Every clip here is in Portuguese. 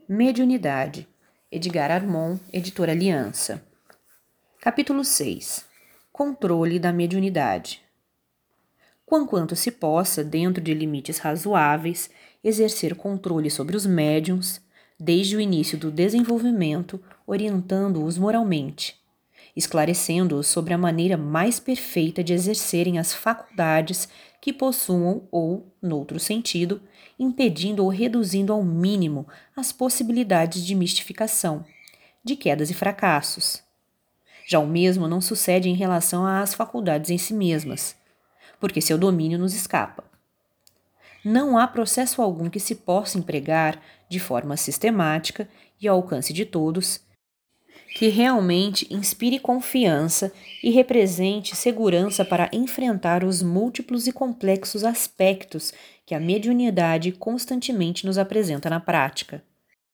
Mediunidade. Edgar Armon, Editora Aliança. Capítulo 6. Controle da mediunidade. Quanto se possa, dentro de limites razoáveis, exercer controle sobre os médiuns, desde o início do desenvolvimento, orientando-os moralmente, esclarecendo-os sobre a maneira mais perfeita de exercerem as faculdades que possuam ou, noutro sentido, impedindo ou reduzindo ao mínimo as possibilidades de mistificação, de quedas e fracassos. Já o mesmo não sucede em relação às faculdades em si mesmas, porque seu domínio nos escapa. Não há processo algum que se possa empregar de forma sistemática e ao alcance de todos, que realmente inspire confiança e represente segurança para enfrentar os múltiplos e complexos aspectos que a mediunidade constantemente nos apresenta na prática.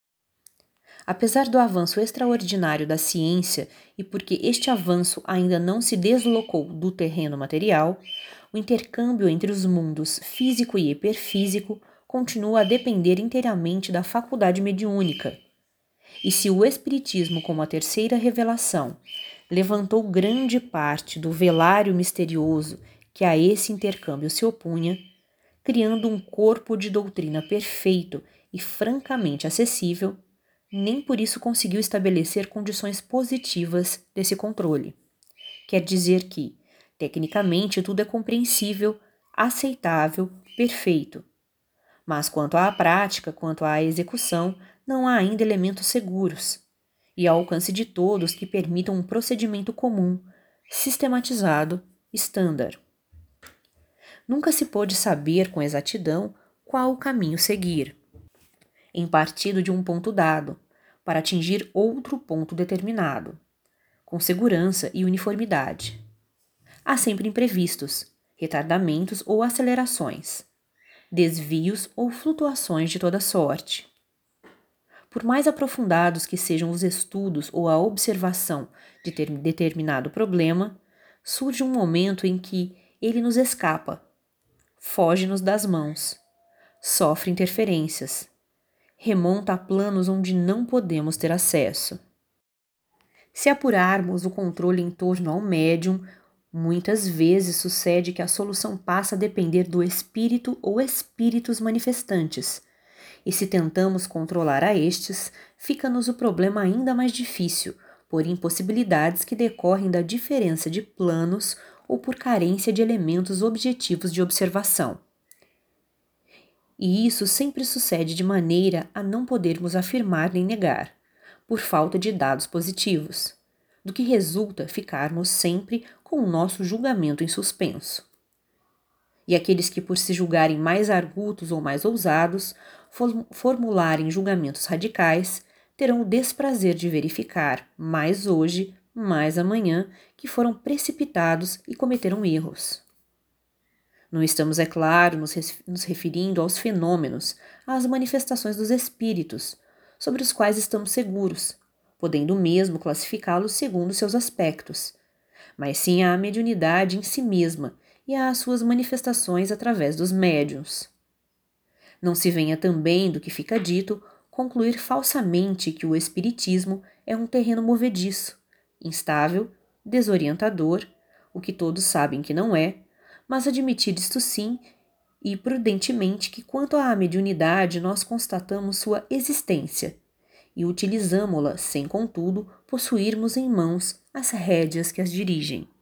Apesar do avanço extraordinário da ciência e porque este avanço ainda não se deslocou do terreno material, o intercâmbio entre os mundos físico e hiperfísico continua a depender inteiramente da faculdade mediúnica. E se o Espiritismo, como a terceira revelação, levantou grande parte do velário misterioso que a esse intercâmbio se opunha, criando um corpo de doutrina perfeito e francamente acessível, nem por isso conseguiu estabelecer condições positivas desse controle. Quer dizer que, tecnicamente, tudo é compreensível, aceitável, perfeito. Mas quanto à prática, quanto à execução, não há ainda elementos seguros e ao alcance de todos que permitam um procedimento comum, sistematizado, estándar. Nunca se pôde saber com exatidão qual o caminho seguir, em partido de um ponto dado, para atingir outro ponto determinado, com segurança e uniformidade. Há sempre imprevistos, retardamentos ou acelerações, desvios ou flutuações de toda sorte. Por mais aprofundados que sejam os estudos ou a observação de determinado problema, surge um momento em que ele nos escapa, foge-nos das mãos, sofre interferências, remonta a planos onde não podemos ter acesso. Se apurarmos o controle em torno ao médium, muitas vezes sucede que a solução passa a depender do espírito ou espíritos manifestantes. E se tentamos controlar a estes, fica-nos o problema ainda mais difícil, por impossibilidades que decorrem da diferença de planos ou por carência de elementos objetivos de observação. E isso sempre sucede de maneira a não podermos afirmar nem negar, por falta de dados positivos, do que resulta ficarmos sempre com o nosso julgamento em suspenso. E aqueles que, por se julgarem mais argutos ou mais ousados, formularem julgamentos radicais, terão o desprazer de verificar, mais hoje, mais amanhã, que foram precipitados e cometeram erros. Não estamos, é claro, nos referindo aos fenômenos, às manifestações dos espíritos, sobre os quais estamos seguros, podendo mesmo classificá-los segundo seus aspectos, mas sim à mediunidade em si mesma e às suas manifestações através dos médiuns. Não se venha também, do que fica dito, concluir falsamente que o espiritismo é um terreno movediço, instável, desorientador, o que todos sabem que não é, mas admitir isto sim e prudentemente que quanto à mediunidade nós constatamos sua existência e utilizamo-la sem, contudo, possuirmos em mãos as rédeas que as dirigem.